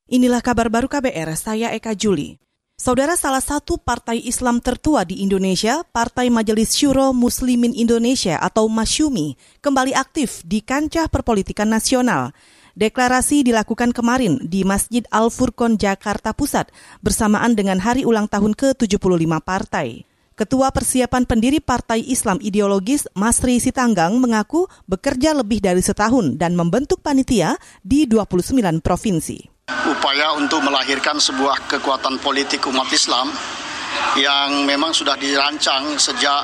Inilah kabar baru KBR, saya Eka Juli. Saudara, salah satu partai Islam tertua di Indonesia, Partai Majelis Syuro Muslimin Indonesia atau Masyumi, kembali aktif di kancah perpolitikan nasional. Deklarasi dilakukan kemarin di Masjid Al-Furqon, Jakarta Pusat, bersamaan dengan hari ulang tahun ke-75 partai. Ketua Persiapan Pendiri Partai Islam Ideologis, Masri Sitanggang, mengaku bekerja lebih dari setahun dan membentuk panitia di 29 provinsi. Upaya untuk melahirkan sebuah kekuatan politik umat Islam yang memang sudah dirancang sejak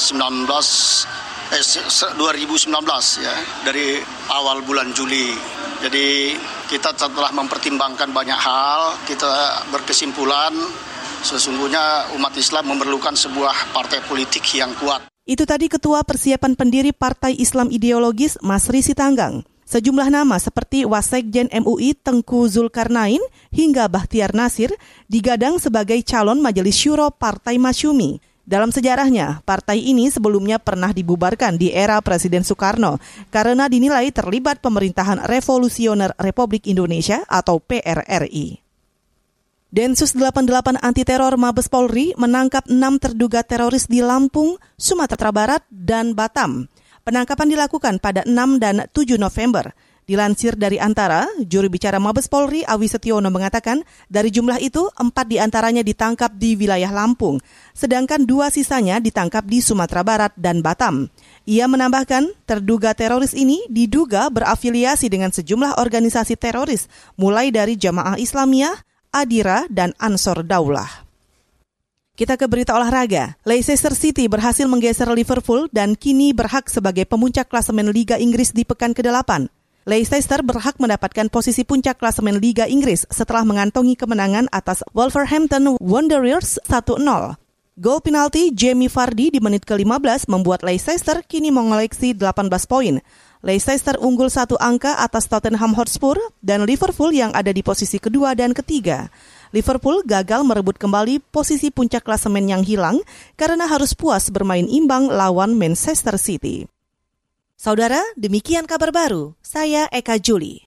2019 ya, dari awal bulan Juli. Jadi kita telah mempertimbangkan banyak hal, kita berkesimpulan sesungguhnya umat Islam memerlukan sebuah partai politik yang kuat. Itu tadi Ketua Persiapan Pendiri Partai Islam Ideologis, Masri Sitanggang. Sejumlah nama seperti Wasekjen MUI Tengku Zulkarnain hingga Bahtiar Nasir digadang sebagai calon Majelis Syuro Partai Masyumi. Dalam sejarahnya, partai ini sebelumnya pernah dibubarkan di era Presiden Soekarno karena dinilai terlibat pemerintahan Revolusioner Republik Indonesia atau PRRI. Densus 88 Anti Teror Mabes Polri menangkap 6 terduga teroris di Lampung, Sumatera Barat, dan Batam. Penangkapan dilakukan pada 6 dan 7 November. Dilansir dari Antara, juru bicara Mabes Polri Awi Setiono mengatakan dari jumlah itu 4 diantaranya ditangkap di wilayah Lampung, sedangkan 2 sisanya ditangkap di Sumatera Barat dan Batam. Ia menambahkan terduga teroris ini diduga berafiliasi dengan sejumlah organisasi teroris, mulai dari Jamaah Islamiyah, Adira, dan Ansor Daulah. Kita ke berita olahraga. Leicester City berhasil menggeser Liverpool dan kini berhak sebagai pemuncak klasemen Liga Inggris di pekan ke-8. Leicester berhak mendapatkan posisi puncak klasemen Liga Inggris setelah mengantongi kemenangan atas Wolverhampton Wanderers 1-0. Gol penalti Jamie Vardy di menit ke-15 membuat Leicester kini mengoleksi 18 poin. Leicester unggul 1 angka atas Tottenham Hotspur dan Liverpool yang ada di posisi kedua dan ketiga. Liverpool gagal merebut kembali posisi puncak klasemen yang hilang karena harus puas bermain imbang lawan Manchester City. Saudara, demikian kabar baru. Saya Eka Juli.